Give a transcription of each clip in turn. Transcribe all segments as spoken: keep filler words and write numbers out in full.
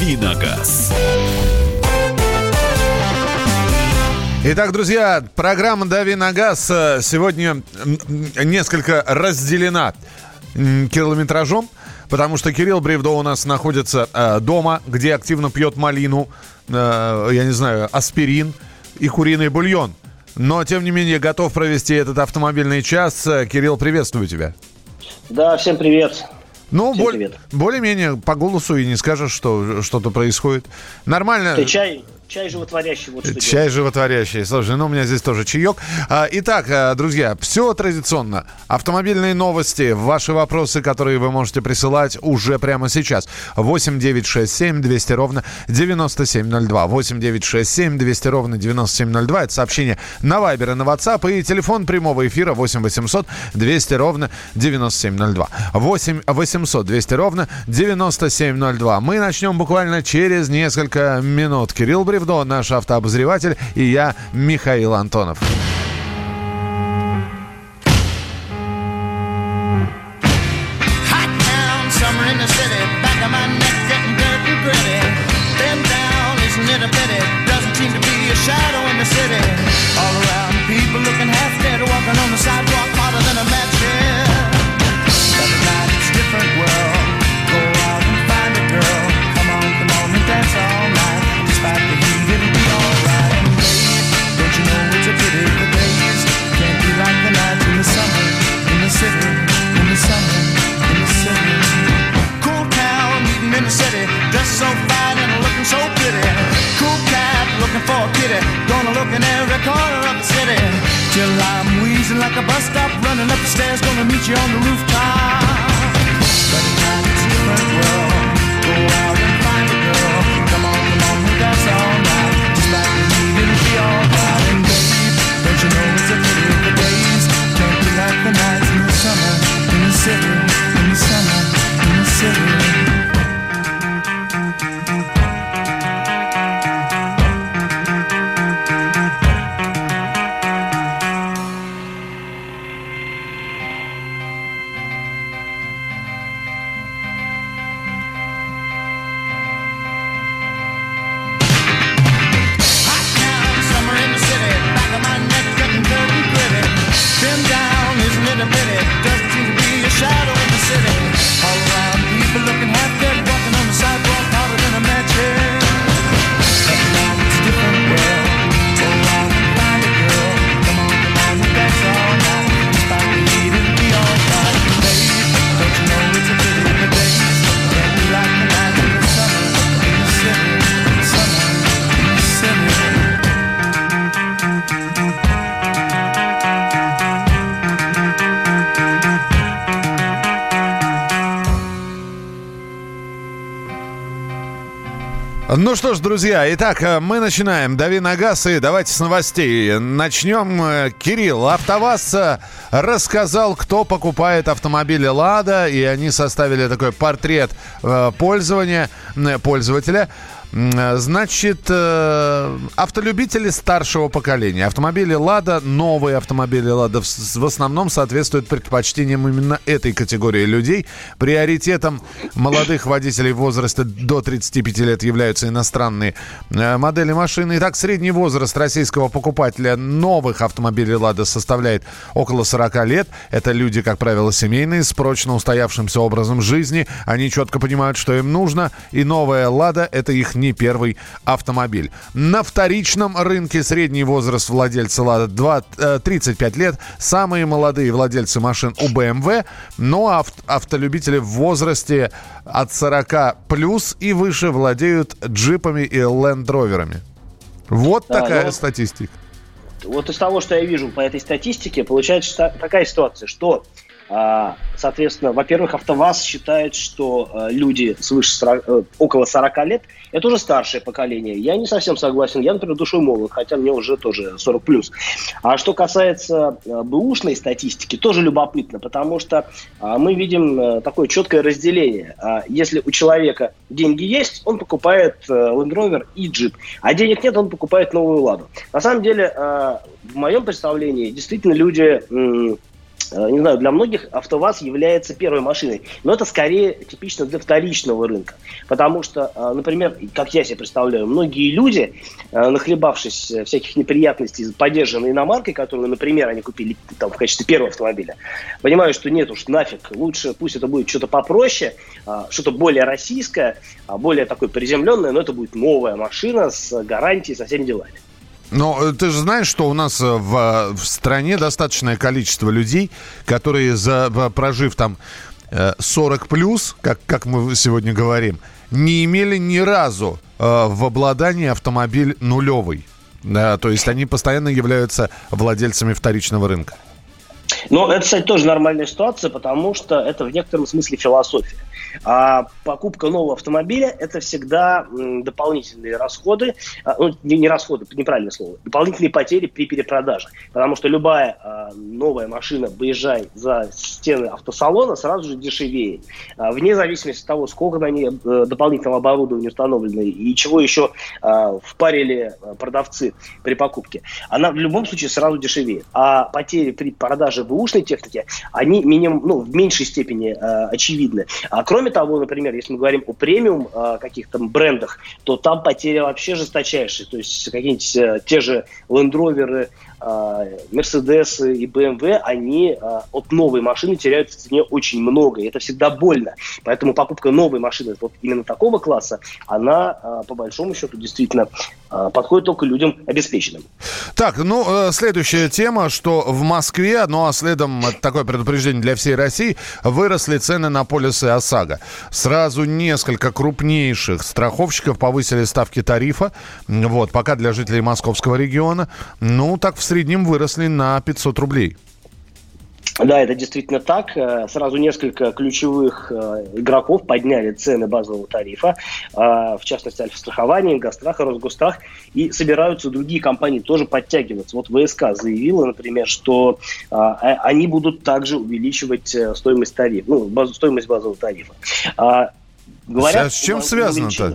«Давиногаз». Итак, друзья, программа «Дави на газ» сегодня несколько разделена километражом, потому что Кирилл Бревдо у нас находится э, дома, где активно пьет малину, э, я не знаю, аспирин и куриный бульон. Но, тем не менее, готов провести этот автомобильный час. Кирилл, приветствую тебя. Да, всем привет. Ну, всем боль, привет. более-менее по голосу и не скажешь, что что-то происходит. Нормально. Ты чай... Чай животворящий. Вот что Чай делать. животворящий. Слушай, ну у меня здесь тоже чаек. А, итак, друзья, все традиционно. Автомобильные новости, ваши вопросы, которые вы можете присылать уже прямо сейчас. восемь девятьсот шестьдесят семь двести ровно девяносто семь ноль два. восемь девятьсот шестьдесят семь двести ровно девяносто семь ноль два. Это сообщение на Вайбер и на WhatsApp. И телефон прямого эфира восемь восемьсот двести ровно девяносто семь ноль два. восемь восемьсот двести ровно девяносто семь ноль два. Мы начнем буквально через несколько минут. Кирилл Бревдо, наш автообозреватель, и я, Михаил Антонов. Gonna look in every corner of the city till I'm wheezing like a bus stop, running up the stairs, gonna meet you on the rooftop. But tonight it's a different world. Go out and find a girl. Come on, come on, and dance all night. Just like the heat, it'll be alright. And babe, don't you know it's a pity the days can't be like the nights in the summer, in the city, in the summer, in the city. Ну что ж, друзья, итак, мы начинаем «Дави на газ», и давайте с новостей. Начнем. Кирилл, АвтоВАЗ рассказал, кто покупает автомобили «Лада», и они составили такой портрет пользования, пользователя. Значит, автолюбители старшего поколения. Автомобили «Лада», новые автомобили «Лада» в основном соответствуют предпочтениям именно этой категории людей. Приоритетом молодых водителей в возрасте до тридцати пяти лет являются иностранные модели машины. Итак, средний возраст российского покупателя новых автомобилей «Лада» составляет около сорока лет. Это люди, как правило, семейные, с прочно устоявшимся образом жизни. Они четко понимают, что им нужно. И новая «Лада» — это их не первый автомобиль. На вторичном рынке средний возраст владельца «Лада» тридцать пять лет. Самые молодые владельцы машин у бэ эм вэ. Но авто, автолюбители в возрасте от сорока плюс и выше владеют джипами и лендроверами. Вот да, такая ну, статистика. Вот из того, что я вижу по этой статистике, получается такая ситуация, что соответственно, во-первых, АвтоВАЗ считает, что люди свыше сорока, около сорока лет – это уже старшее поколение. Я не совсем согласен. Я, например, душой молод, хотя мне уже тоже сорок плюс. А что касается бэушной статистики, тоже любопытно, потому что мы видим такое четкое разделение. Если у человека деньги есть, он покупает Land Rover и джип, а денег нет, он покупает новую Ладу. На самом деле, в моем представлении, действительно люди не знаю, для многих АвтоВАЗ является первой машиной. Но это скорее типично для вторичного рынка. Потому что, например, как я себе представляю, многие люди, нахлебавшись всяких неприятностей с подержанной иномаркой, которую, например, они купили там, в качестве первого автомобиля, понимают, что нет уж, нафиг, лучше пусть это будет что-то попроще, что-то более российское, более такое приземленное, но это будет новая машина с гарантией, со всеми делами. Но ты же знаешь, что у нас в, в стране достаточное количество людей, которые, за, прожив там сорок плюс, как, как мы сегодня говорим, не имели ни разу э, в обладании автомобиль нулевый. Да, то есть они постоянно являются владельцами вторичного рынка. Ну, это, кстати, тоже нормальная ситуация, потому что это в некотором смысле философия. А покупка нового автомобиля – это всегда м, дополнительные расходы, а, ну, не, не расходы, неправильное слово, дополнительные потери при перепродаже. Потому что любая а, новая машина, выезжая за стены автосалона, сразу же дешевеет. А, вне зависимости от того, сколько на ней а, дополнительного оборудования установлено и чего еще а, впарили а, продавцы при покупке, она в любом случае сразу дешевеет. А потери при продаже бэушной техники, они минимум, ну, в меньшей степени а, очевидны. А кроме того, например, если мы говорим о премиум а, каких-то брендах, то там потери вообще жесточайшие. То есть какие-нибудь а, те же Land Rover, Mercedes и бэ эм вэ, они а, от новой машины теряют в цене очень много. И это всегда больно. Поэтому покупка новой машины вот именно такого класса, она а, по большому счету действительно а, подходит только людям обеспеченным. Так, ну, следующая тема, что в Москве, ну а следом такое предупреждение для всей России, выросли цены на полисы ОСАГО. Сразу несколько крупнейших страховщиков повысили ставки тарифа. Вот, пока для жителей московского региона, ну, так в среднем выросли на пятьсот рублей. Да, это действительно так. Сразу несколько ключевых игроков подняли цены базового тарифа, в частности, Альфа-страхование, Ингосстрах и Росгосстрах, и собираются другие компании тоже подтягиваться. Вот ВСК заявила, например, что они будут также увеличивать стоимость тарифа, ну, баз, стоимость базового тарифа. Говорят, а с чем связано-то?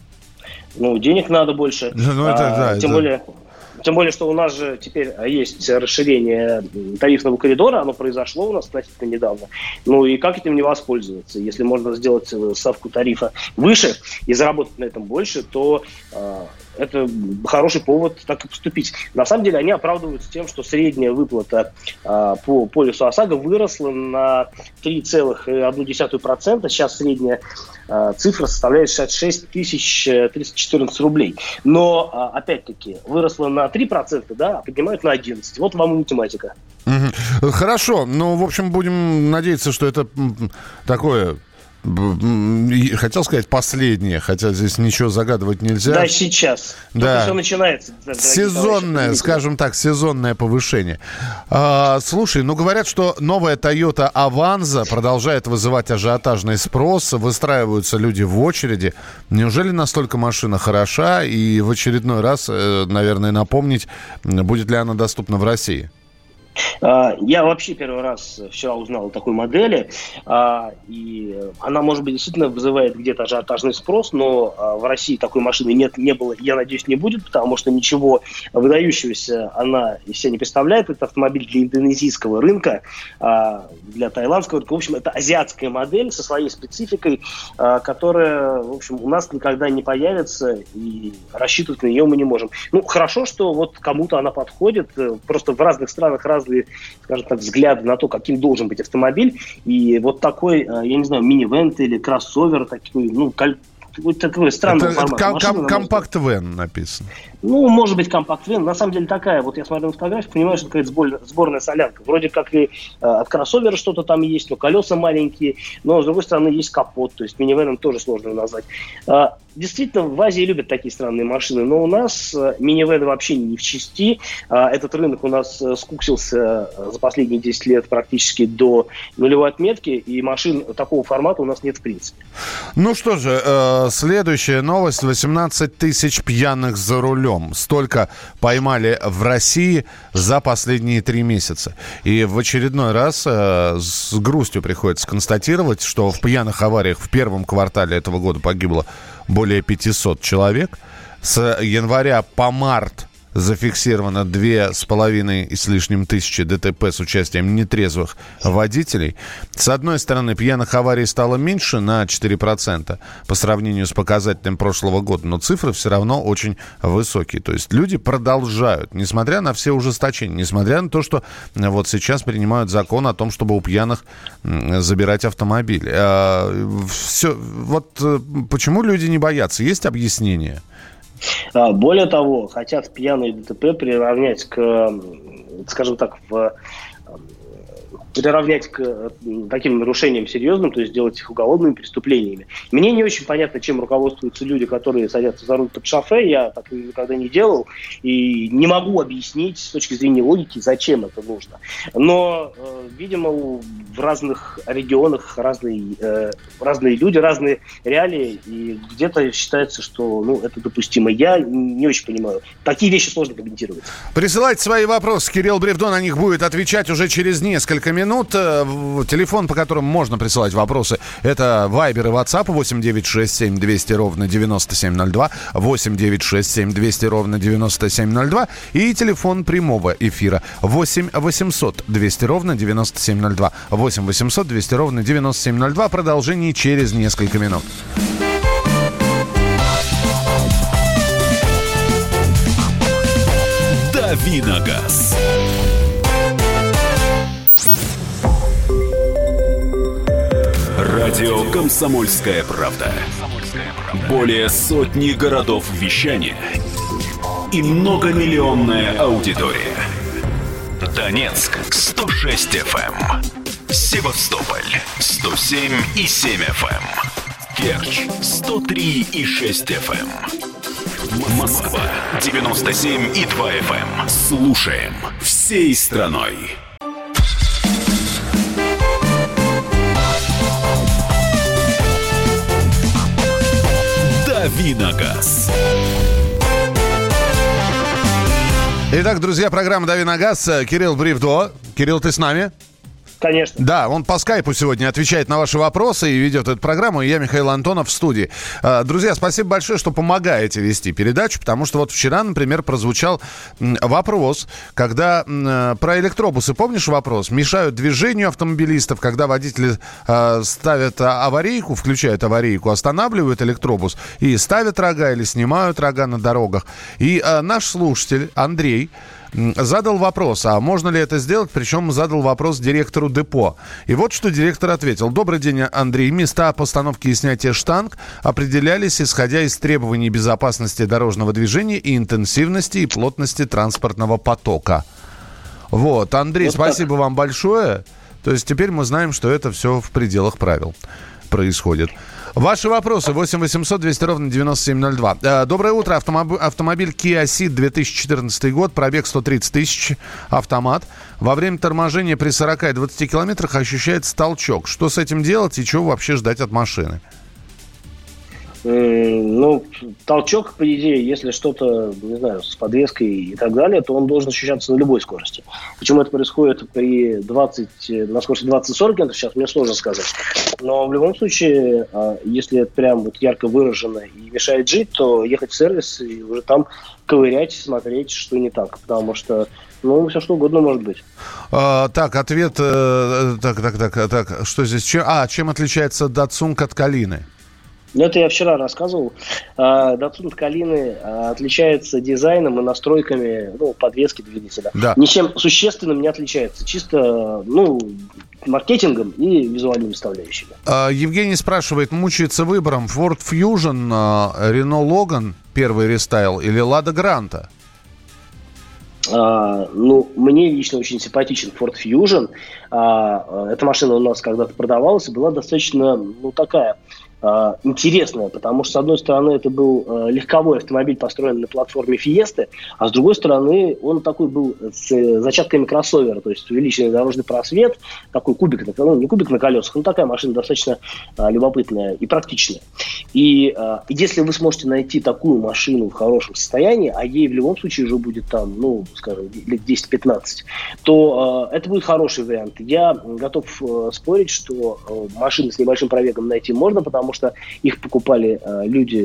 Ну, денег надо больше. Ну, это, да, тем это... более... Тем более, что у нас же теперь есть расширение тарифного коридора, оно произошло у нас относительно недавно. Ну и как этим не воспользоваться? Если можно сделать ставку тарифа выше и заработать на этом больше, то э, это хороший повод так и поступить. На самом деле они оправдываются тем, что средняя выплата э, по полису ОСАГО выросла на три целых одну десятую процента. Сейчас средняя э, цифра составляет шестьдесят шесть тысяч триста четырнадцать рублей. Но, э, опять-таки, выросла на три процента, да, а поднимают на одиннадцать. Вот вам и математика. Хорошо. Ну, в общем, будем надеяться, что это такое... Хотел сказать последнее, хотя здесь ничего загадывать нельзя. Да, сейчас. Да. Все начинается. Сезонное, скажем так, сезонное повышение. А, слушай, ну говорят, что новая Toyota Avanza продолжает вызывать ажиотажный спрос, выстраиваются люди в очереди. Неужели настолько машина хороша? И в очередной раз, наверное, напомнить, будет ли она доступна в России? Я вообще первый раз вчера узнал о такой модели, и она, может быть, действительно вызывает где-то ажиотажный спрос, но в России такой машины нет, не было, я надеюсь, не будет, потому что ничего выдающегося она из себя не представляет. Это автомобиль для индонезийского рынка, для таиландского рынка. В общем, это азиатская модель со своей спецификой, которая, в общем, у нас никогда не появится, и рассчитывать на нее мы не можем. Ну, хорошо, что вот кому-то она подходит, просто в разных странах разные, скажем так, взгляды на то, каким должен быть автомобиль. И вот такой, я не знаю, минивэн или кроссовер, такой, ну, вот такой странный формат. Это ком- компакт-вэн написано. Ну, может быть, компакт-вэн. На самом деле такая, вот я смотрю на фотографию, понимаю, что какая-то сбор, сборная солянка. Вроде как и э, от кроссовера что-то там есть, но колеса маленькие, но, с другой стороны, есть капот, то есть минивэном тоже сложно назвать. Э, действительно, в Азии любят такие странные машины, но у нас э, минивэны вообще не в чести. Э, этот рынок у нас э, скуксился э, за последние десять лет практически до нулевой отметки, и машин такого формата у нас нет в принципе. Ну что же, э, следующая новость. восемнадцать тысяч пьяных за рулем. Столько поймали в России за последние три месяца. И в очередной раз э, с грустью приходится констатировать, что в пьяных авариях в первом квартале этого года погибло более пятьсот человек. С января по март зафиксировано две с половиной и с лишним тысячи ДТП с участием нетрезвых водителей. С одной стороны, пьяных аварий стало меньше на четыре процента по сравнению с показателем прошлого года, но цифры все равно очень высокие. То есть люди продолжают, несмотря на все ужесточения, несмотря на то, что вот сейчас принимают закон о том, чтобы у пьяных забирать автомобили. Все, вот почему люди не боятся? Есть объяснение? Более того, хотят пьяные ДТП приравнять к, скажем так, в... приравнять к таким нарушениям серьезным, то есть сделать их уголовными преступлениями. Мне не очень понятно, чем руководствуются люди, которые садятся за руль под шофе. Я так никогда не делал и не могу объяснить с точки зрения логики, зачем это нужно. Но, э, видимо, в разных регионах разные, э, разные люди, разные реалии, и где-то считается, что ну, это допустимо. Я не очень понимаю. Такие вещи сложно комментировать. Присылайте свои вопросы. Кирилл Бревдо на них будет отвечать уже через несколько минут. Минут. Телефон, по которому можно присылать вопросы, это Вайбер и WhatsApp восемь девять шесть семь двести ровно девяносто семь ноль два, восемь девять шесть семь двести ровно девяносто семь ноль два и телефон прямого эфира восемь восемьсот двести ровно девяносто семь ноль два, восемь восемьсот двести ровно девяносто семь ноль два. Продолжение через несколько минут. Давиногаз. Радио «Комсомольская правда». Более сотни городов вещания и многомиллионная аудитория. Донецк сто шесть эф эм, Севастополь сто семь и семь эф эм, Керчь сто три и шесть эф эм, Москва девяносто семь и два эф эм. Слушаем всей страной. Давиногаз. Итак, друзья, программа «Дави на газ». Кирилл Бревдо. Кирилл, ты с нами? Конечно. Да, он по скайпу сегодня отвечает на ваши вопросы и ведет эту программу. И я, Михаил Антонов, в студии. Друзья, спасибо большое, что помогаете вести передачу, потому что вот вчера, например, прозвучал вопрос, когда про электробусы, помнишь вопрос? Мешают движению автомобилистов, когда водители ставят аварийку, включают аварийку, останавливают электробус и ставят рога или снимают рога на дорогах. И наш слушатель Андрей задал вопрос, а можно ли это сделать, причем задал вопрос директору депо. И вот что директор ответил. Добрый день, Андрей. Места постановки и снятия штанг определялись, исходя из требований безопасности дорожного движения и интенсивности и плотности транспортного потока. Вот, Андрей, вот спасибо так. вам большое. То есть теперь мы знаем, что это все в пределах правил происходит. Ваши вопросы восемь восемьсот двести ровно девяносто семь ноль два. Доброе утро. Автомоб... Автомобиль Kia Ceed две тысячи четырнадцатый год, пробег сто тридцать тысяч, автомат. Во время торможения при сорока и двадцати километрах ощущается толчок. Что с этим делать и чего вообще ждать от машины? Ну, толчок, по идее, если что-то, не знаю, с подвеской и так далее, то он должен ощущаться на любой скорости. Почему это происходит при двадцати, на скорости двадцать-сорок км, сейчас мне сложно сказать. Но в любом случае, если это прям вот ярко выражено и мешает жить, то ехать в сервис и уже там ковырять, смотреть, что не так. Потому что, ну, все что угодно может быть. А, так, ответ, э, так, так, так, так, что здесь? Чем, а, чем отличается Datsun от Калины? Это я вчера рассказывал. Datsun Калины отличается дизайном и настройками, ну, подвески двигателя. Да. Ничем существенным не отличается. Чисто, ну, маркетингом и визуальными составляющими. Евгений спрашивает, мучается выбором Ford Fusion, Renault Logan, первый рестайл, или Lada Granta? А, ну, мне лично очень симпатичен Ford Fusion. А, эта машина у нас когда-то продавалась и была достаточно, ну, такая а, интересная, потому что, с одной стороны, это был а, легковой автомобиль, построенный на платформе Fiesta, а с другой стороны, он такой был с э, зачатками кроссовера, то есть увеличенный дорожный просвет, такой кубик, ну, не кубик на колесах, но такая машина достаточно а, любопытная и практичная. И а, если вы сможете найти такую машину в хорошем состоянии, а ей в любом случае уже будет там, ну, скажем, лет десять-пятнадцать, то э, это будет хороший вариант. Я готов э, спорить, что э, машины с небольшим пробегом найти можно, потому что их покупали э, люди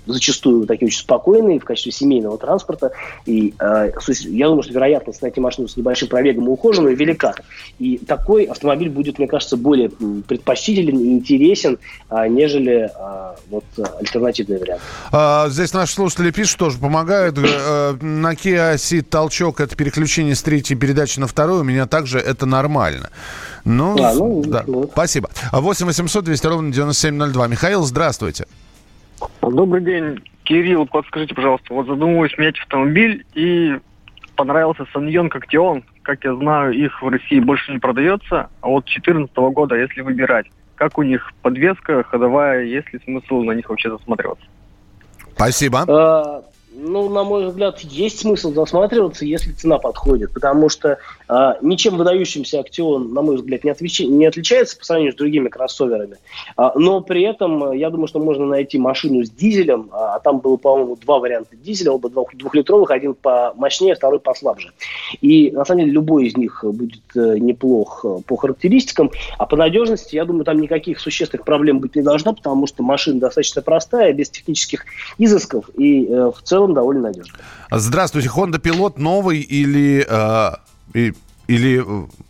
зачастую такие очень спокойные в качестве семейного транспорта. И э, я думаю, что вероятность найти машину с небольшим пробегом и ухоженной велика. И такой автомобиль будет, мне кажется, более предпочтителен и интересен, а, нежели а, вот, альтернативный вариант. А, здесь наши слушатели пишут, тоже помогают. На Kia Ceed толчок — это переключение с третьей передачи на вторую. У меня также это нормально. Ну, а, ну да. Вот. Спасибо. восемь восемьсот двести ровно девяносто семь ноль два. Михаил, здравствуйте. Добрый день, Кирилл. Подскажите, пожалуйста, вот задумываюсь менять автомобиль, и понравился Саньон Коктион. Как я знаю, их в России больше не продается. А вот две тысячи четырнадцатого года, если выбирать, как у них подвеска ходовая, есть ли смысл на них вообще засматриваться? Спасибо. А, ну, на мой взгляд, есть смысл засматриваться, если цена подходит, потому что а, ничем выдающимся Актион, на мой взгляд, не, отвеч... не отличается по сравнению с другими кроссоверами, а, но при этом я думаю, что можно найти машину с дизелем, а, а там было, по-моему, два варианта дизеля, оба двух... двухлитровых, один помощнее, второй послабже. И, на самом деле, любой из них будет э, неплох по характеристикам, а по надежности, я думаю, там никаких существенных проблем быть не должно, потому что машина достаточно простая, без технических изысков и э, в целом довольно надежно. Здравствуйте. Honda Pilot новый или, э, и, или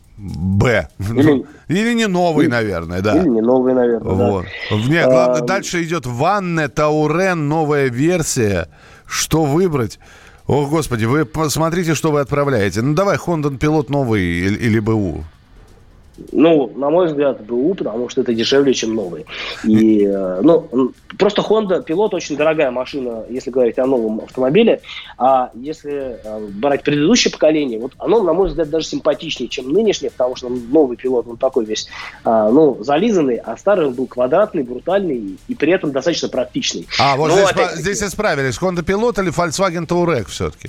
Б? Или, или не новый, или, наверное, да. Или не новый, наверное, вот. Да. Нет, а, дальше идет Ванне, Таурен, новая версия. Что выбрать? О, Господи, вы посмотрите, что вы отправляете. Ну, давай Honda Pilot новый или, или БУ. Ну, на мой взгляд, БУ, потому что это дешевле, чем новый. И, ну, просто Honda Pilot очень дорогая машина, если говорить о новом автомобиле. А если брать предыдущее поколение, вот оно, на мой взгляд, даже симпатичнее, чем нынешнее, потому что новый Pilot, он такой весь, ну, зализанный, а старый он был квадратный, брутальный и при этом достаточно практичный. А, вот здесь, по, здесь исправились. Honda Pilot или Volkswagen Touareg все-таки?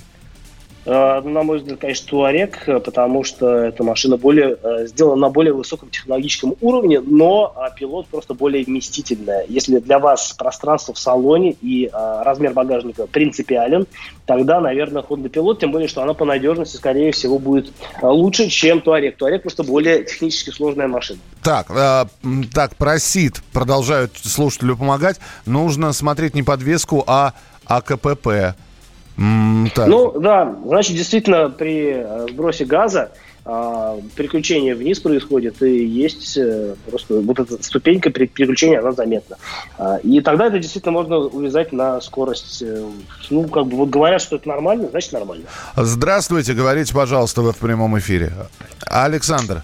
На мой взгляд, конечно, Туарек, потому что эта машина более, сделана на более высоком технологическом уровне, но Пилот просто более вместительная. Если для вас пространство в салоне и размер багажника принципиален, тогда, наверное, Honda Pilot, тем более, что она по надежности, скорее всего, будет лучше, чем Туарек. Туарек просто более технически сложная машина. Так, э, так, про Ceed продолжают слушателю помогать. Нужно смотреть не подвеску, а АКПП. Mm, ну да, значит, действительно при сбросе газа а, переключение вниз происходит, и есть а, просто вот эта ступенька при переключении, она заметна. А, и тогда это действительно можно увязать на скорость. Ну, как бы вот говорят, что это нормально, значит нормально. Здравствуйте, говорите, пожалуйста, вы в прямом эфире. Александр.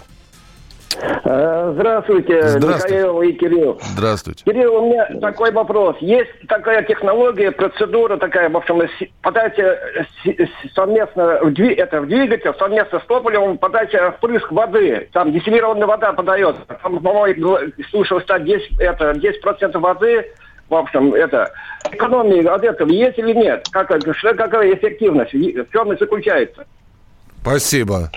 Здравствуйте, Здравствуйте, Михаил и Кирилл. Здравствуйте. Кирилл, у меня такой вопрос. Есть такая технология, процедура такая, в общем, подача совместно в, дви, это, в двигатель, совместно с топливом, подача впрыск воды. Там дистиллированная вода подается. Там, по-моему, слушал, что десять, это, десять процентов воды, в общем, это, экономия от этого есть или нет? Как, что, какая эффективность? В чем и заключается? Спасибо.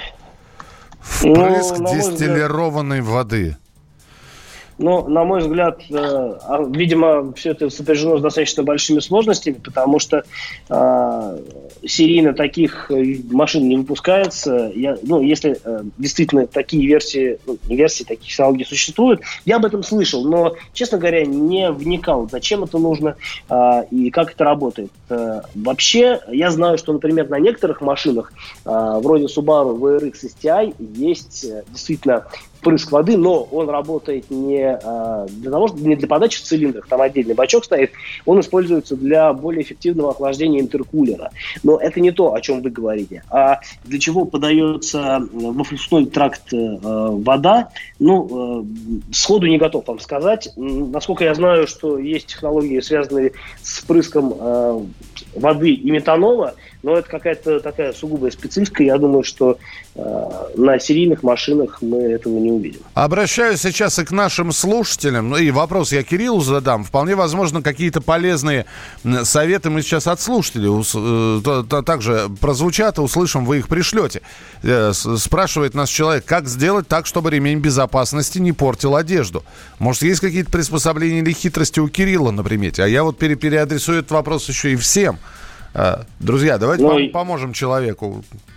Впрыск ну, дистиллированной взгляд, воды. Ну, на мой взгляд, э, видимо, все это сопряжено с достаточно большими сложностями, потому что э, серийно таких машин не выпускается. Я, ну, если э, действительно такие версии, ну, не версии, такие технологии существуют, я об этом слышал, но, честно говоря, не вникал, зачем это нужно э, и как это работает. Э, вообще, я знаю, что, например, на некоторых машинах, э, вроде Subaru ви эр икс эс ти ай, есть э, действительно впрыск воды, но он работает не а, для того, чтобы не для подачи в цилиндрах, там отдельный бачок стоит, он используется для более эффективного охлаждения интеркулера. Но это не то, о чем вы говорите. А для чего подается во впускной тракт э, вода, ну, э, сходу не готов вам сказать. Насколько я знаю, что есть технологии, связанные с впрыском э, воды и метанола, но это какая-то такая сугубая специфика. Я думаю, что э, на серийных машинах мы этого не увидим. Обращаюсь сейчас и к нашим слушателям. Ну и вопрос я Кириллу задам. Вполне возможно, какие-то полезные советы мы сейчас от слушателей э, также прозвучат, услышим, вы их пришлете. Э, спрашивает нас человек, как сделать так, чтобы ремень безопасности не портил одежду. Может, есть какие-то приспособления или хитрости у Кирилла на примете? А я вот пере- переадресую этот вопрос еще и всем. Друзья, давайте ну, пом- поможем человеку.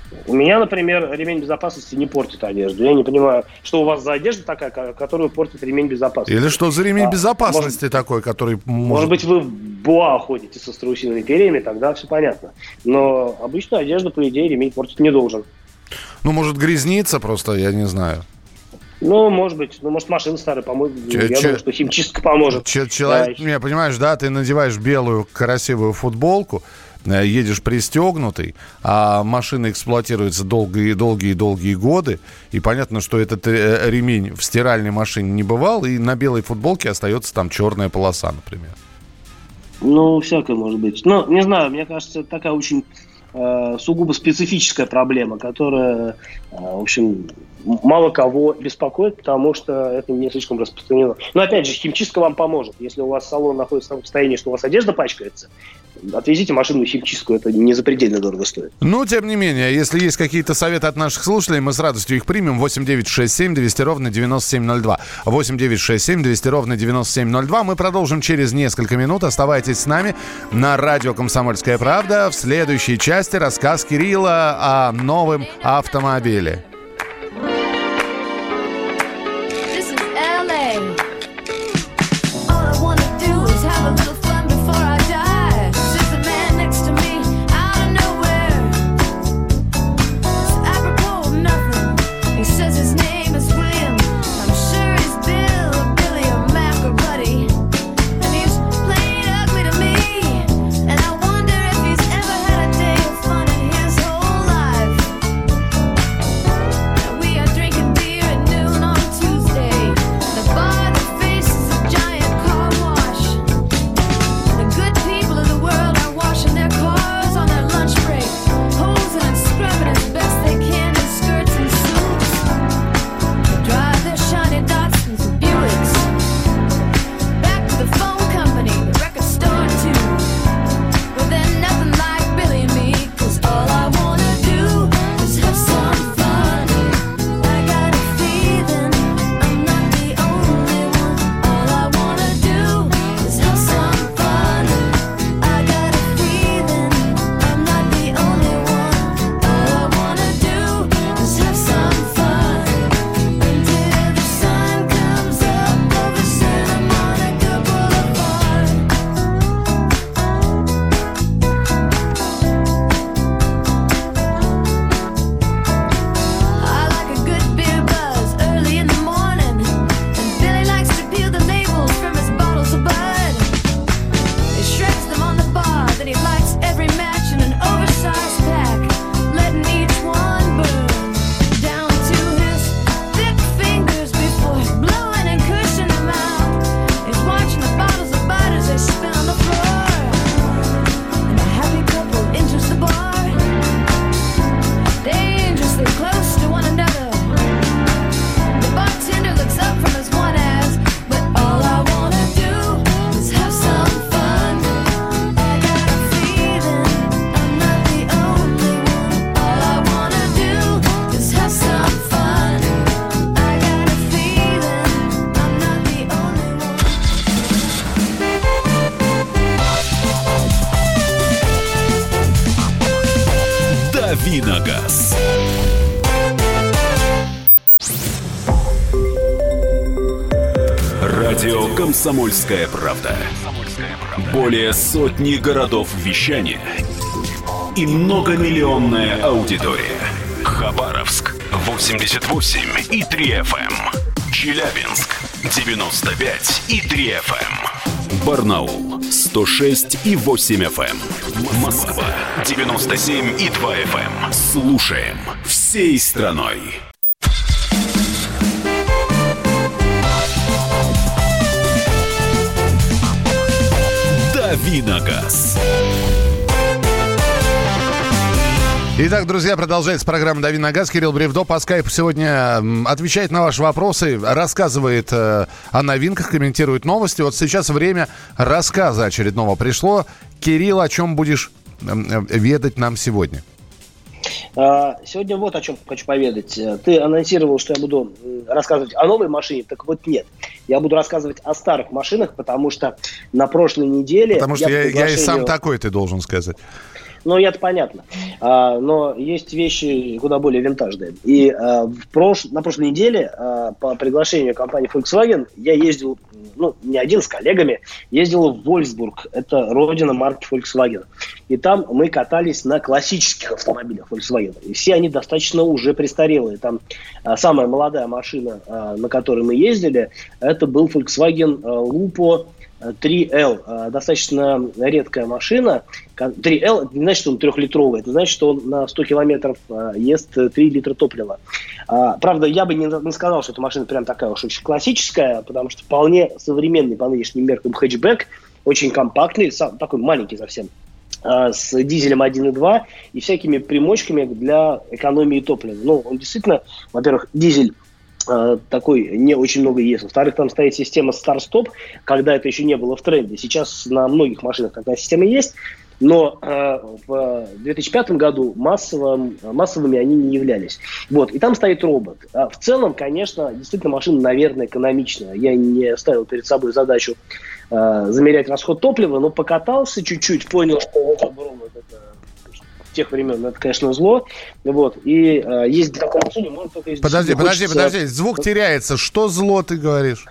У меня, например, ремень безопасности не портит одежду. Я не понимаю, что у вас за одежда такая, которую портит ремень безопасности. Или что за ремень а, безопасности может, такой, который... Может... может быть, вы в буа ходите со страусиными перьями, тогда все понятно. Но обычную одежду, по идее, ремень портить не должен. Ну, может, грязнится просто, я не знаю. Ну, может быть. Ну, может, машина старая помоет. Я Че- думаю, что химчистка поможет. Че- человек, Да. не, понимаешь, да, ты надеваешь белую красивую футболку, э, едешь пристегнутый, а машина эксплуатируется долгие-долгие-долгие годы, и понятно, что этот э, ремень в стиральной машине не бывал, и на белой футболке остается там черная полоса, например. Ну, всякое может быть. Ну, не знаю, мне кажется, это такая очень э, сугубо специфическая проблема, которая, э, в общем, мало кого беспокоит, потому что это не слишком распространено. Но, опять же, химчистка вам поможет. Если у вас салон находится в таком состоянии, что у вас одежда пачкается, отвезите машину в химчистку, это не запредельно дорого стоит. Ну, тем не менее, если есть какие-то советы от наших слушателей, мы с радостью их примем. восемь девятьсот шестьдесят семь двести ровно девяносто семь ноль два. восемь девятьсот шестьдесят семь двести ровно девяносто семь ноль два. Мы продолжим через несколько минут. Оставайтесь с нами на радио «Комсомольская правда». В следующей части рассказ Кирилла о новом автомобиле. Давиногаз. Радио «Комсомольская правда». Более сотни городов вещания и многомиллионная аудитория. Хабаровск восемьдесят восемь и три эф эм. Челябинск девяносто пять и три эф эм. Барнаул сто шесть и восемь эф эм. Москва девяносто семь и два эф эм. Слушаем всей страной. Давиногаз. Итак, друзья, продолжается программа «Дави на газ». Кирилл Бревдо по скайпу сегодня отвечает на ваши вопросы, рассказывает э, о новинках, комментирует новости. Вот сейчас время рассказа очередного пришло. Кирилл, о чем будешь э, ведать нам сегодня? Сегодня вот о чем хочу поведать. Ты анонсировал, что я буду рассказывать о новой машине, так вот нет. Я буду рассказывать о старых машинах, потому что на прошлой неделе... Потому что я, приглашению... я и сам такой, ты должен сказать. Ну, это понятно. А, но есть вещи куда более винтажные. И а, в прош... на прошлой неделе а, по приглашению компании Volkswagen я ездил, ну, не один, с коллегами, ездил в Вольфсбург. Это родина марки Volkswagen. И там мы катались на классических автомобилях Volkswagen. И все они достаточно уже престарелые. Там а, самая молодая машина, а, на которой мы ездили, это был Volkswagen а, Lupo три эл. Достаточно редкая машина. три эл это не значит, что он трехлитровый, это значит, что он на сто километров ест три литра топлива. Правда, я бы не сказал, что эта машина прям такая уж очень классическая, потому что вполне современный по нынешним меркам хэтчбэк, очень компактный, такой маленький совсем, с дизелем один и два и всякими примочками для экономии топлива. Ну, он действительно, во-первых, дизель такой не очень много ест. Во-вторых, там стоит система старт-стоп, когда это еще не было в тренде. Сейчас на многих машинах такая система есть, но э, в две тысячи пятом году массовым, массовыми они не являлись. Вот. И там стоит робот. А в целом, конечно, действительно машина, наверное, экономичная. Я не ставил перед собой задачу э, замерять расход топлива, но покатался чуть-чуть, понял, что робот это тех времен, это, конечно, зло. Вот. И э, ездить в таком машине можно только если... Подожди, подожди, хочется... подожди. Звук теряется. Что зло, ты говоришь?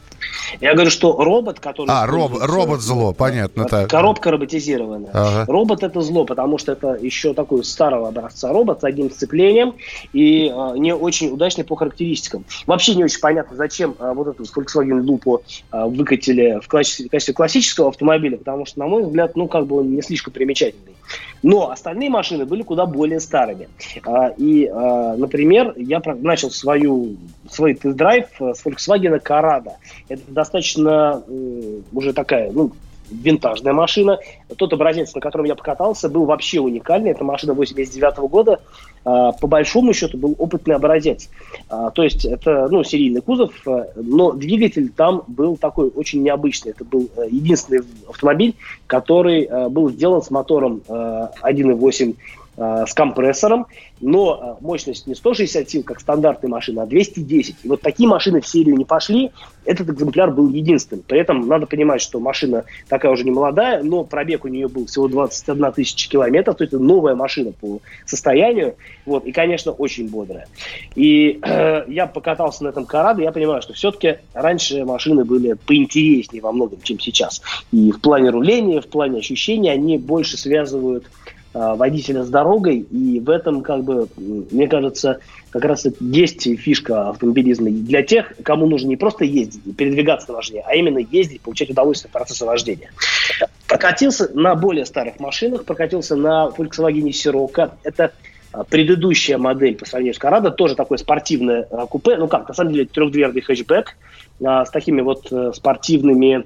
Я говорю, что робот, который... А, роб, робот зло, понятно. Так. Коробка роботизированная. Ага. Робот это зло, потому что это еще такой старого образца робот с одним сцеплением и э, не очень удачный по характеристикам. Вообще не очень понятно, зачем э, вот эту Volkswagen Lupo э, выкатили в качестве, в качестве классического автомобиля, потому что, на мой взгляд, ну, как бы он не слишком примечательный. Но остальные машины были куда более старыми. Э, и, э, например, я начал свою, свой тест-драйв с Volkswagen Corrado. Это достаточно э, уже такая, ну, винтажная машина. Тот образец, на котором я покатался, был вообще уникальный. Это машина восемьдесят девятого года. А, по большому счету был опытный образец. А, то есть это, ну, серийный кузов, но двигатель там был такой очень необычный. Это был единственный автомобиль, который а, был сделан с мотором а, один и восемь а, с компрессором, но мощность не сто шестьдесят сил, как стандартная машина, а двести десять. И вот такие машины в серию не пошли. Этот экземпляр был единственным. При этом надо понимать, что машина такая уже не молодая, но пробег у нее был всего двадцать одна тысяча километров. То есть это новая машина по состоянию. Вот, и, конечно, очень бодрая. И э, я покатался на этом Corrado, я понимаю, что все-таки раньше машины были поинтереснее во многом, чем сейчас. И в плане руления, в плане ощущений они больше связывают водителя с дорогой, и в этом, как бы, мне кажется, как раз это есть фишка автомобилизма для тех, кому нужно не просто ездить, передвигаться на машине, а именно ездить, получать удовольствие от процесса вождения. Прокатился на более старых машинах, прокатился на Volkswagen Sirocco. Это предыдущая модель по сравнению с Corrado, тоже такое спортивное купе, ну как, на самом деле трехдверный хэтчбэк с такими вот спортивными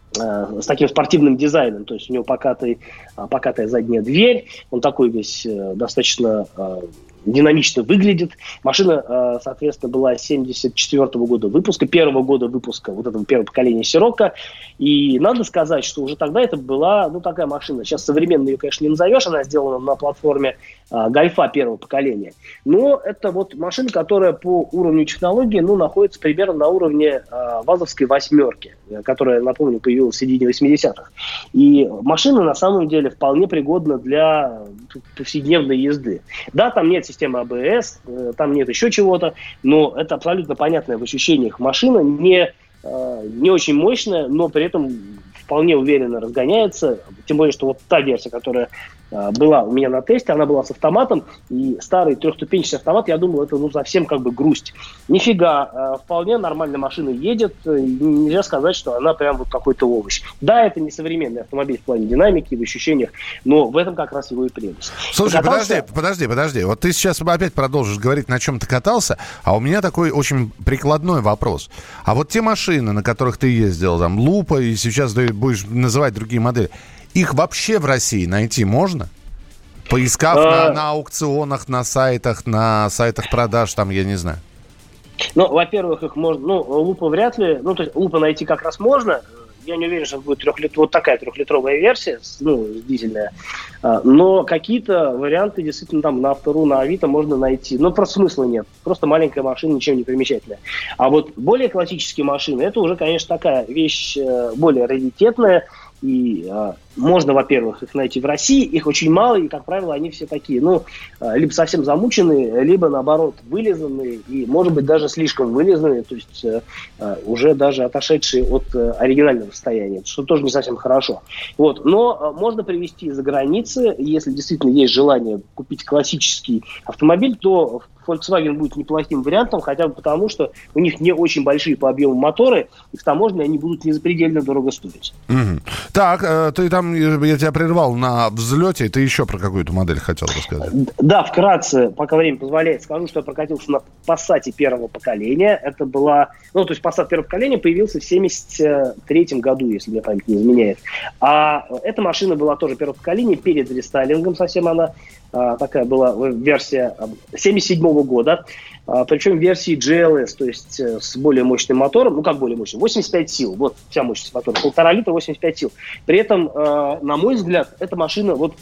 с таким спортивным дизайном, то есть у него покатый, покатая задняя дверь, он такой весь достаточно динамично выглядит. Машина, соответственно, была семьдесят четвёртого года выпуска, первого года выпуска вот этого первого поколения Sirocco. И надо сказать, что уже тогда это была, ну, такая машина. Сейчас современную ее, конечно, не назовешь, она сделана на платформе Гольфа первого поколения. Но это вот машина, которая по уровню технологии, ну, находится примерно на уровне ВАЗовской восьмерки, которая, напомню, появилась в середине восьмидесятых. И машина, на самом деле, вполне пригодна для повседневной езды. Да, там нет системы а бэ эс, там нет еще чего-то, но это абсолютно понятная в ощущениях машина, не, не очень мощная, но при этом вполне уверенно разгоняется, тем более, что вот та версия, которая была у меня на тесте, она была с автоматом, и старый трехступенчатый автомат, я думал, это, ну, совсем как бы грусть. Нифига, вполне нормально машина едет, нельзя сказать, что она прям вот какой-то овощ. Да, это не современный автомобиль в плане динамики, в ощущениях, но в этом как раз его и прелесть. Слушай, Покатался... подожди, подожди, подожди, вот ты сейчас опять продолжишь говорить, на чем ты катался, а у меня такой очень прикладной вопрос. А вот те машины, на которых ты ездил, там, Lupo, и сейчас ты будешь называть другие модели, их вообще в России найти можно? Поискав а... на, на аукционах, на сайтах, на сайтах продаж, там, я не знаю. Ну, во-первых, их можно... Ну, Lupo вряд ли... Ну, то есть Lupo найти как раз можно. Я не уверен, что будет трехлит... вот такая трехлитровая версия, ну, дизельная. Но какие-то варианты действительно там на Автору, на Авито можно найти. Но просто смысла нет. Просто маленькая машина, ничем не примечательная. А вот более классические машины, это уже, конечно, такая вещь более раритетная. И э, можно, во-первых, их найти в России, их очень мало, и, как правило, они все такие, ну, э, либо совсем замученные, либо, наоборот, вылизанные, и, может быть, даже слишком вылизанные, то есть э, э, уже даже отошедшие от э, оригинального состояния, что тоже не совсем хорошо. Вот. Но э, можно привезти из-за границы, если действительно есть желание купить классический автомобиль, то Volkswagen будет неплохим вариантом, хотя бы потому, что у них не очень большие по объему моторы, и в таможне они будут не запредельно дорого стоить. Mm-hmm. Так, ты там, я тебя прервал на взлете, ты еще про какую-то модель хотел рассказать? Да, вкратце, пока время позволяет, скажу, что я прокатился на Passat первого поколения. Это была, ну, то есть Passat первого поколения появился в семьдесят третьем году, если мне память не изменяет. А эта машина была тоже первого поколения, перед рестайлингом совсем она. Такая была версия семьдесят седьмого года, причем версии джи эл эс, то есть с более мощным мотором, ну как более мощным, восемьдесят пять сил, вот вся мощность мотора, полтора литра, восемьдесят пять сил. При этом, на мой взгляд, эта машина вот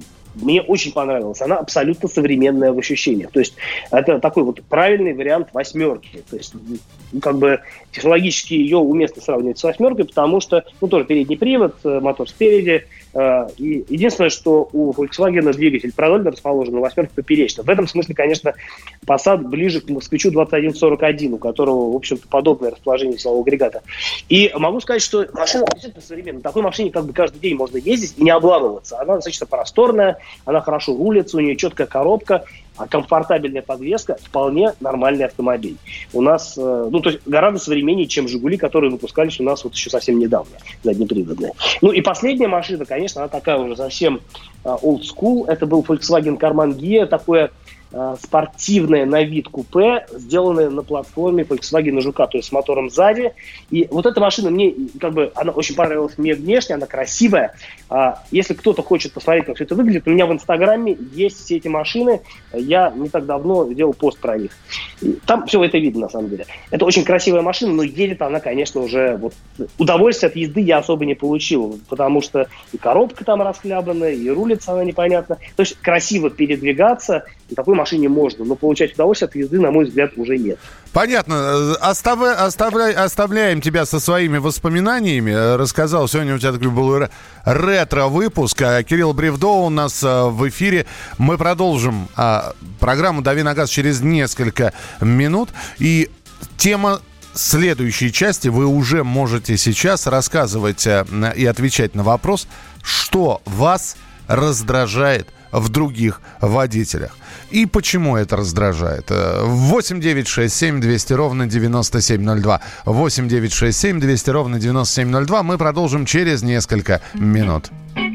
мне очень понравилась. Она абсолютно современная в ощущениях. То есть это такой вот правильный вариант восьмерки. То есть ну, как бы технологически ее уместно сравнивать с восьмеркой, потому что, ну, тоже передний привод, мотор спереди. Э, и единственное, что у Volkswagen двигатель параллельно расположен на восьмерке поперечно. В этом смысле, конечно, Passat ближе к москвичу двадцать один сорок один, у которого, в общем-то, подобное расположение силового агрегата. И могу сказать, что машина действительно современная. На такой машине как бы каждый день можно ездить и не обламываться. Она достаточно просторная, она хорошо рулится, у нее четкая коробка, а комфортабельная подвеска, вполне нормальный автомобиль. У нас, э, ну, то есть гораздо современнее, чем «Жигули», которые выпускались у нас вот еще совсем недавно, заднеприводные. Ну и последняя машина, конечно, она такая уже совсем э, old school. Это был Volkswagen Karmann Ghia, такое э, спортивное на вид купе, сделанное на платформе Volkswagen Жука, то есть с мотором сзади. И вот эта машина мне, как бы, она очень понравилась мне внешне, она красивая. А если кто-то хочет посмотреть, как все это выглядит, у меня в Инстаграме есть все эти машины. Я не так давно делал пост про них. И там все это видно, на самом деле. Это очень красивая машина, но едет она, конечно, уже... Вот, удовольствие от езды я особо не получил, потому что и коробка там расхлябанная, и рулится она непонятно. То есть красиво передвигаться на такой машине можно, но получать удовольствие от езды, на мой взгляд, уже нет. Понятно. Оставляй, оставляй, оставляем тебя со своими воспоминаниями. Рассказал, сегодня у тебя такой был ретро-выпуск. Кирилл Бревдо у нас в эфире. Мы продолжим программу «Дави на газ» через несколько минут. И тема следующей части вы уже можете сейчас рассказывать и отвечать на вопрос, что вас раздражает в других водителях. И почему это раздражает? восемь девятьсот шестьдесят семь двести ровно девяносто семь ноль два. восемь девятьсот шестьдесят семь двести ровно девяносто семь ноль два. Мы продолжим через несколько минут.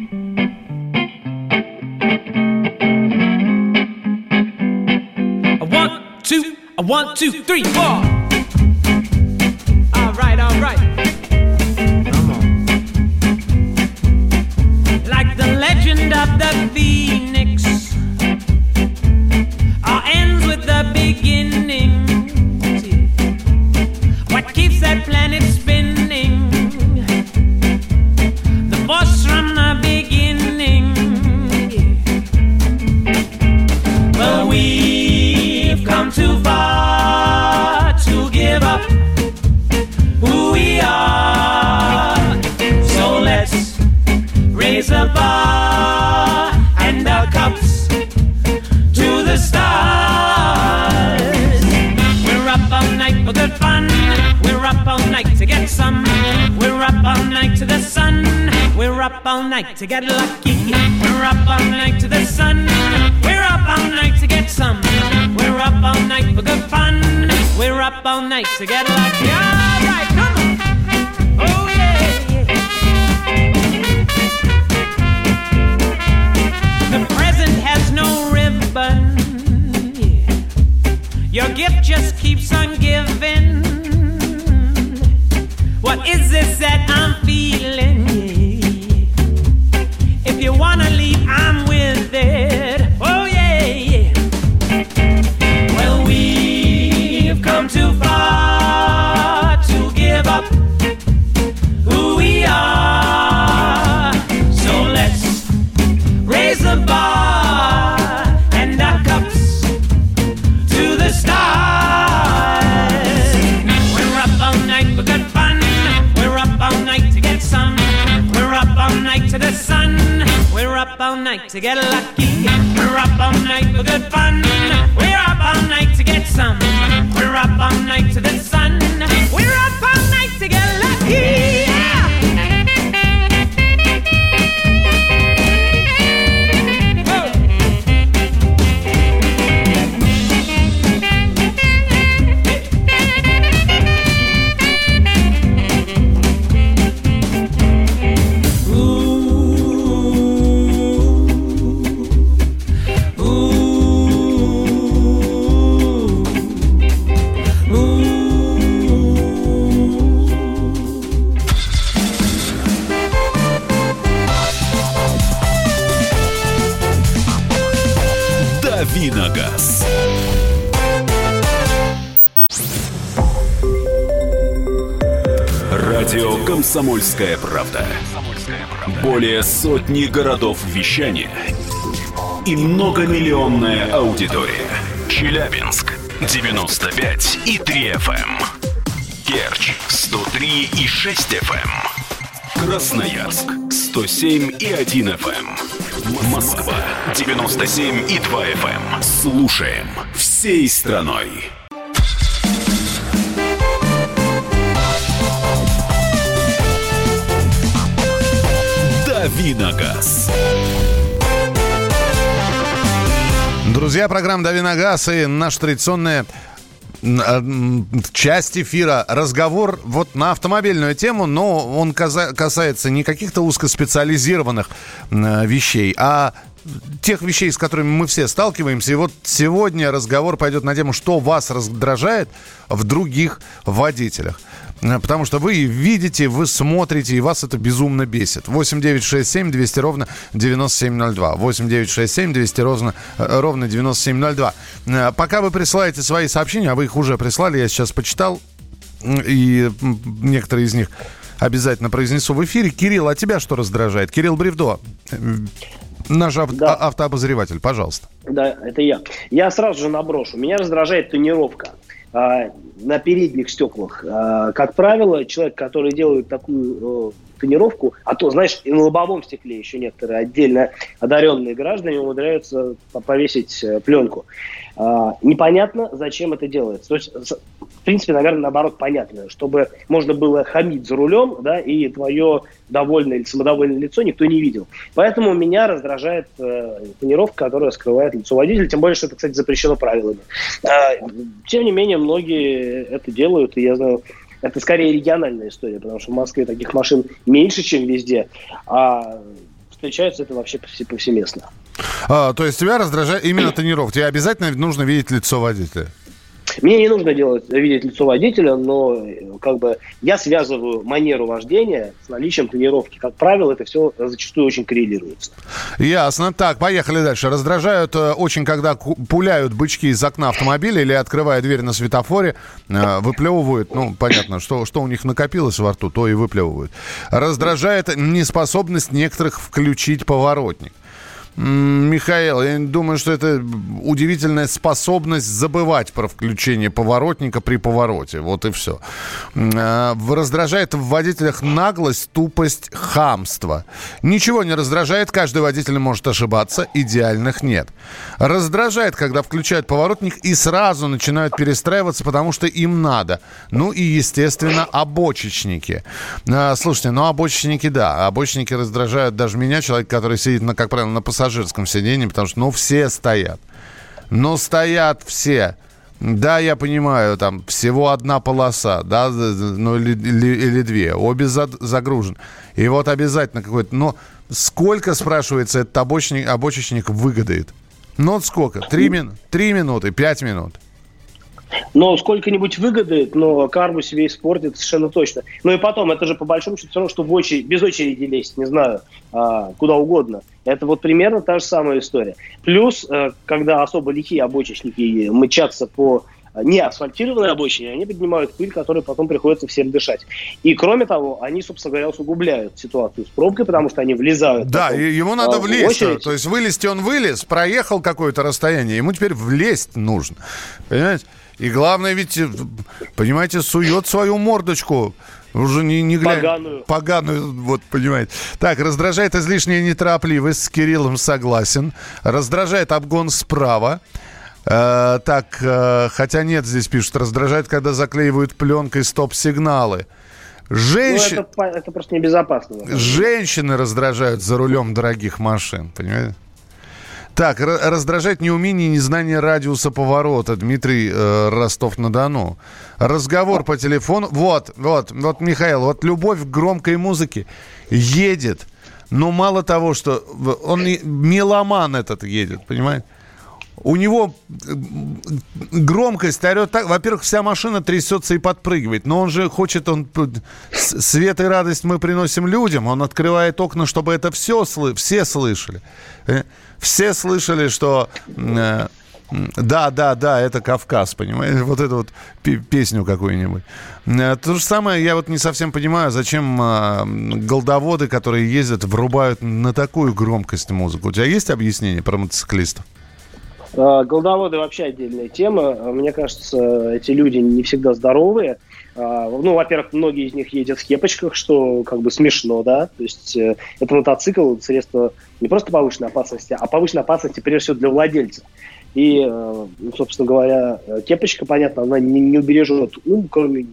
One, two, one, two, three, four. All right, all right. Come on. Like the legend of the Phoenix, all ends with the beginning. What keeps that planet spinning? The force from the beginning. Well, we've come too far to give up who we are. So let's raise a bar and our cups to the stars. We're up all night for good fun. We're up all night to get some. We're up all night to the sun. We're up all night to get lucky. We're up all night to the sun. We're up all night to get some. We're up all night for good fun. We're up all night to get lucky. All right, come on. Oh yeah, yeah. The present has no ribbon. Yeah. Your gift just keeps on giving. What is this that I'm feeling? Yeah. If you wanna leave, I'm with it. Oh yeah, yeah. Well, we've come too far to give up who we are. So let's raise the bar. And our cups to the stars. all night to get lucky. We're up all night for good fun. We're up all night to get some. We're up all night to the sun. We're up all night to get lucky. Yeah. Давиногаз. Радио «Комсомольская правда». Более сотни городов вещания и многомиллионная аудитория. Челябинск девяносто пять и три эф эм, Керчь сто три и шесть эф эм, Красноярск сто семь и один эф эм, Москва девяносто семь и два эф эм. Слушаем всей страной. Давиногаз. Друзья, программа «Дави на газ» и наша традиционная часть эфира. Разговор вот на автомобильную тему, но он касается не каких-то узкоспециализированных вещей, а тех вещей, с которыми мы все сталкиваемся. И вот сегодня разговор пойдет на тему, что вас раздражает в других водителях. Потому что вы видите, вы смотрите, и вас это безумно бесит. восемь девятьсот шестьдесят семь двести ровно девяносто семь ноль два. восемь девятьсот шестьдесят семь двести ровно, ровно девяносто семь ноль два. Пока вы присылаете свои сообщения, а вы их уже прислали, я сейчас почитал, и некоторые из них обязательно произнесу в эфире. Кирилл, а тебя что раздражает? Кирилл Бревдо, наш ав- да. автообозреватель, пожалуйста. Да, это я. Я сразу же наброшу. Меня раздражает тонировка а, на передних стеклах. А, как правило, человек, который делает такую а, тонировку, а то, знаешь, и на лобовом стекле еще некоторые отдельно одаренные граждане умудряются повесить пленку. А, непонятно, зачем это делается. То есть, в принципе, наверное, наоборот, понятно, чтобы можно было хамить за рулем, да, и твое довольное или самодовольное лицо никто не видел. Поэтому меня раздражает э, тонировка, которая скрывает лицо водителя, тем более, что это, кстати, запрещено правилами. А, тем не менее, многие это делают, и я знаю, это скорее региональная история, потому что в Москве таких машин меньше, чем везде, а встречается это вообще повсеместно. А, то есть тебя раздражает именно тонировка? Тебе обязательно нужно видеть лицо водителя? Мне не нужно делать, видеть лицо водителя, но как бы я связываю манеру вождения с наличием тонировки. Как правило, это все зачастую очень коррелируется. Ясно. Так, поехали дальше. Раздражают э, очень, когда ку- пуляют бычки из окна автомобиля или, открывая дверь на светофоре, э, выплевывают. Ну, понятно, что, что у них накопилось во рту, то и выплевывают. Раздражает неспособность некоторых включить поворотник. Михаил, я думаю, что это удивительная способность забывать про включение поворотника при повороте. Вот и все. Раздражает в водителях наглость, тупость, хамство. Ничего не раздражает, каждый водитель может ошибаться, идеальных нет. Раздражает, когда включают поворотник и сразу начинают перестраиваться, потому что им надо. Ну и, естественно, обочечники. Слушайте, ну обочечники, да, обочечники раздражают даже меня, человек, который сидит, на, как правило, на пассажирском пассажирском сиденье, потому что, ну, все стоят. Ну, стоят все. Да, я понимаю, там всего одна полоса, да, ну, или, или, или две. Обе загружены. И вот обязательно какой-то... Но сколько, спрашивается, этот обочечник, обочечник выгодает? Ну, вот сколько? Три, мин... Три минуты, пять минут. Но сколько-нибудь выгодает, но карму себе испортит совершенно точно. Ну и потом, это же по большому счету все равно, что в очередь, без очереди лезть, не знаю, а, куда угодно. Это вот примерно та же самая история. Плюс, когда особо лихие обочечники мчатся по неасфальтированной обочине, они поднимают пыль, которой потом приходится всем дышать. И кроме того, они, собственно говоря, усугубляют ситуацию с пробкой, потому что они влезают. Да, потом, ему надо а, влезть. то есть вылезти он вылез, проехал какое-то расстояние, ему теперь влезть нужно. Понимаете? И главное, ведь, понимаете, сует свою мордочку Уже не, не глядя... Поганую. Поганую, вот, понимаете. Так, раздражает излишняя неторопливость, с Кириллом согласен. Раздражает обгон справа. Э, так, э, хотя нет, здесь пишут, раздражает, когда заклеивают пленкой стоп-сигналы. Женщин... Ну, это, это просто небезопасно. Женщины раздражают за рулем дорогих машин, понимаете? Так, р- раздражает неумение и незнание радиуса поворота. Дмитрий, э, Ростов-на-Дону. Разговор по телефону. Вот, вот, вот, Михаил, вот любовь к громкой музыке едет. Но мало того, что он не, меломан этот едет, понимаете? У него громкость орет так. Во-первых, вся машина трясется и подпрыгивает. Но он же хочет, он свет и радость мы приносим людям. Он открывает окна, чтобы это все, все слышали. Все слышали, что э, да, да, да, это Кавказ, понимаете? Вот эту вот песню какую-нибудь. То же самое, я вот не совсем понимаю, зачем э, голдоводы, которые ездят, врубают на такую громкость музыку. У тебя есть объяснение про мотоциклистов? Голдоводы вообще отдельная тема. Мне кажется, эти люди не всегда здоровые. Ну, во-первых, многие из них ездят в кепочках, что как бы смешно, да. То есть э, это мотоцикл, средство не просто повышенной опасности, а повышенной опасности прежде всего для владельца. И, э, собственно говоря, кепочка, понятно, она не, не убережет ум, кроме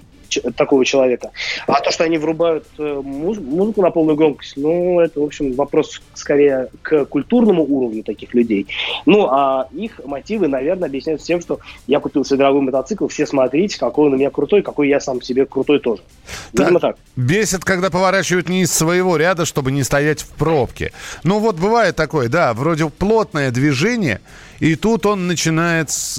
такого человека. А то, что они врубают муз- музыку на полную громкость, ну, это, в общем, вопрос скорее к культурному уровню таких людей. Ну, а их мотивы, наверное, объясняются тем, что я купил себе дорогой мотоцикл, все смотрите, какой он у меня крутой, какой я сам себе крутой тоже. Видимо, так. Бесит, когда поворачивают не из своего ряда, чтобы не стоять в пробке. Ну, вот бывает такое, да, вроде плотное движение, и тут он начинает с-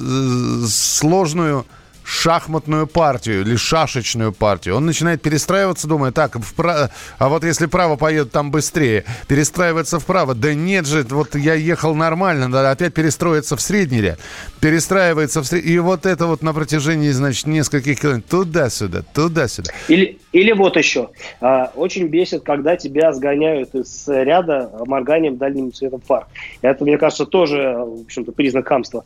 с- сложную шахматную партию или шашечную партию. Он начинает перестраиваться, думая, так, вправо, а вот если вправо поеду, там быстрее. Перестраивается вправо. Да нет же, вот я ехал нормально, надо опять перестроиться в средний ряд. Перестраивается в средний. И вот это вот на протяжении, значит, нескольких километров. Туда-сюда, туда-сюда. Или, или вот еще. А, очень бесит, когда тебя сгоняют из ряда морганием дальним цветом фар. Это, мне кажется, тоже, в общем-то, признак хамства.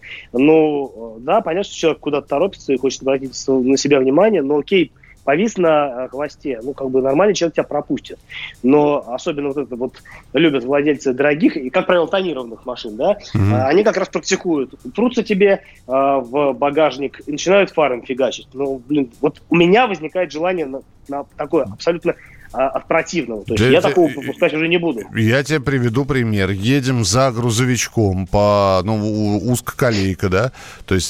Ну, да, понятно, что человек куда-то торопится и хочет обратить на себя внимание, но окей, повис на хвосте, ну, как бы нормальный человек тебя пропустит. Но особенно вот это вот любят владельцы дорогих и, как правило, тонированных машин, да, mm-hmm. они как раз практикуют. Трутся тебе э, в багажник и начинают фаром фигачить. Ну, блин, вот у меня возникает желание на, на такое абсолютно от противного. То есть да я это, такого пропускать уже не буду. Я тебе приведу пример. Едем за грузовичком по, ну, узкоколейка, да, то есть...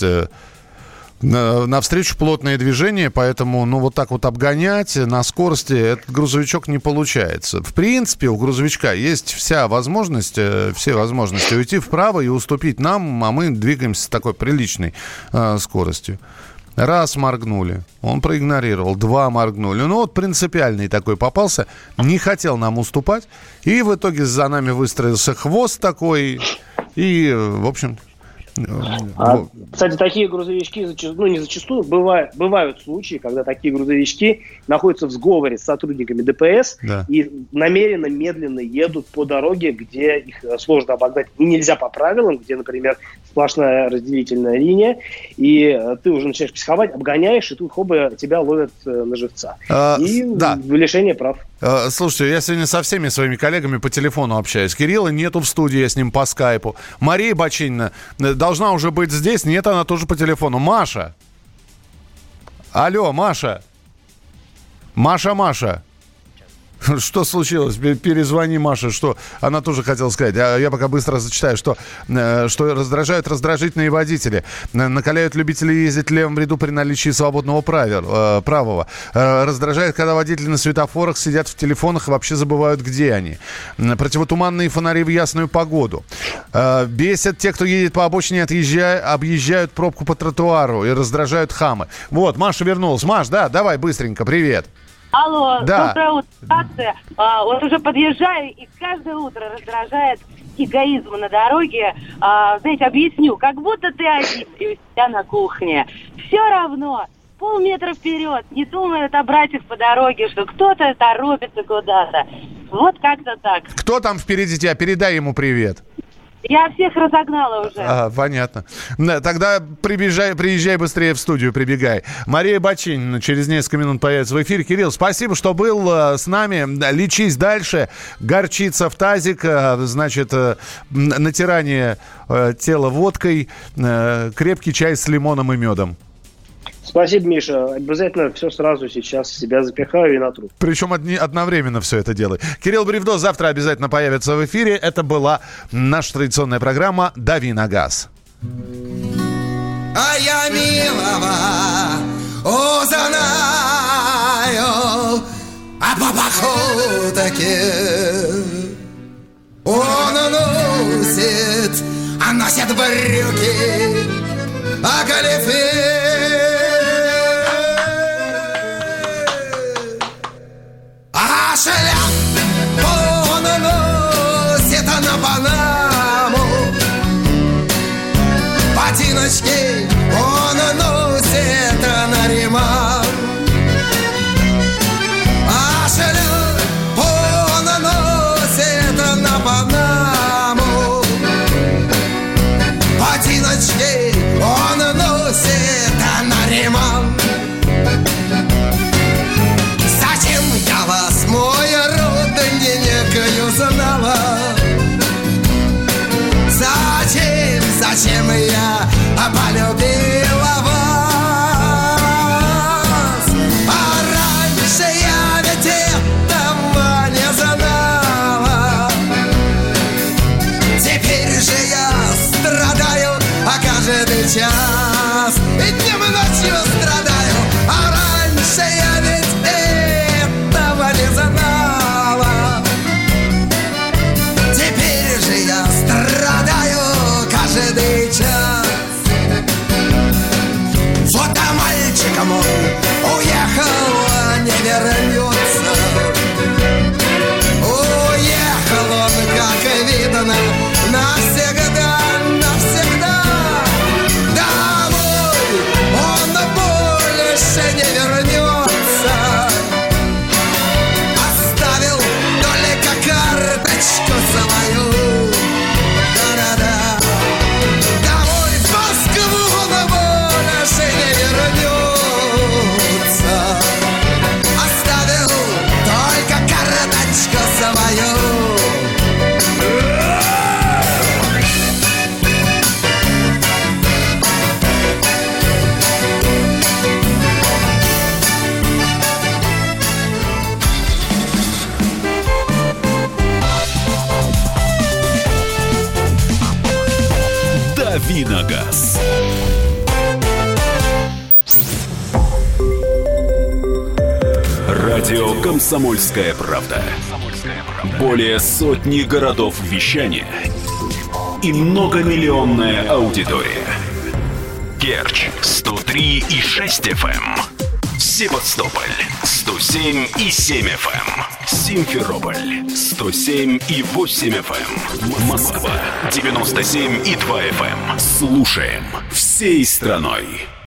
Навстречу плотное движение, поэтому, ну, вот так вот обгонять на скорости этот грузовичок не получается. В принципе, у грузовичка есть вся возможность, все возможности уйти вправо и уступить нам, а мы двигаемся с такой приличной э, скоростью. Раз моргнули, он проигнорировал, два моргнули. Ну, вот принципиальный такой попался, не хотел нам уступать, и в итоге за нами выстроился хвост такой, и, в общем... А, кстати, такие грузовички, ну не зачастую, бывают, бывают случаи, когда такие грузовички находятся в сговоре с сотрудниками ДПС, да, и намеренно медленно едут по дороге, где их сложно обогнать и нельзя по правилам, где, например, сплошная разделительная линия, и ты уже начинаешь психовать, обгоняешь, и тут хоба тебя ловят на живца. А, и да. лишение прав. А, слушайте, я сегодня со всеми своими коллегами по телефону общаюсь. Кирилла нету в студии, я с ним по скайпу. Мария Бачинина должна уже быть здесь. Нет, она тоже по телефону. Маша. Алло, Маша. Маша, Маша. Что случилось? Перезвони, Маша. Что? Она тоже хотела сказать. Я пока быстро зачитаю, что, что раздражают раздражительные водители. Накаляют любителей ездить в левом ряду при наличии свободного правил, правого. Раздражает, когда водители на светофорах сидят в телефонах и вообще забывают, где они. Противотуманные фонари в ясную погоду. Бесят те, кто едет по обочине, отъезжая, объезжают пробку по тротуару и раздражают хамы. Вот, Маша вернулась. Маш, да, давай быстренько, привет. Алло, да. Доброе утро. А, вот уже подъезжаю, и каждое утро раздражает эгоизм на дороге. А, знаете, объясню, как будто ты один и у себя на кухне. Все равно, полметра вперед, не думают о братьях по дороге, что кто-то торопится куда-то. Вот как-то так. Кто там впереди тебя? Передай ему привет. Я всех разогнала уже. А, понятно. Да, тогда приезжай, приезжай быстрее в студию, прибегай. Мария Бачинина через несколько минут появится в эфире. Кирилл, спасибо, что был э, с нами. Лечись дальше. Горчица в тазик, э, значит, э, натирание э, тела водкой, э, крепкий чай с лимоном и медом. Спасибо, Миша. Обязательно все сразу сейчас в себя запихаю и натру. Причем одни, одновременно все это делает. Кирилл Бревдо завтра обязательно появится в эфире. Это была наша традиционная программа «Дави на газ». А я милого узнаю, а по походке он носит, а носит брюки, а галифе. А шляпу он носит на Панаму, ботиночки он носит на Риман. А шляпу он носит на Панаму, ботиночки он носит на Риман. Я вас, мой родненькою, знала. Зачем, зачем я полюбила вас? А раньше я ведь этого не знала. Теперь же я страдаю, а каждый час и днем и ночью страдаю. А раньше я ведь не знала. Теперь же я страдаю каждый час. Вот а мальчик мой уехал, не вернется. Уехал он, как видно, навсегда, навсегда. Домой он больше не вернется. Карточку свою, да-да-да. Домой в Москву он больше не вернется. Оставил только карточку свою. «Дави на газ». Радио «Комсомольская правда». Более сотни городов вещания и многомиллионная аудитория. Керчь сто три и шесть эф эм, Севастополь сто семь и семь эф эм, Симферополь сто семь и восемь эф эм, Москва девяносто семь и два эф эм. Слушаем всей страной.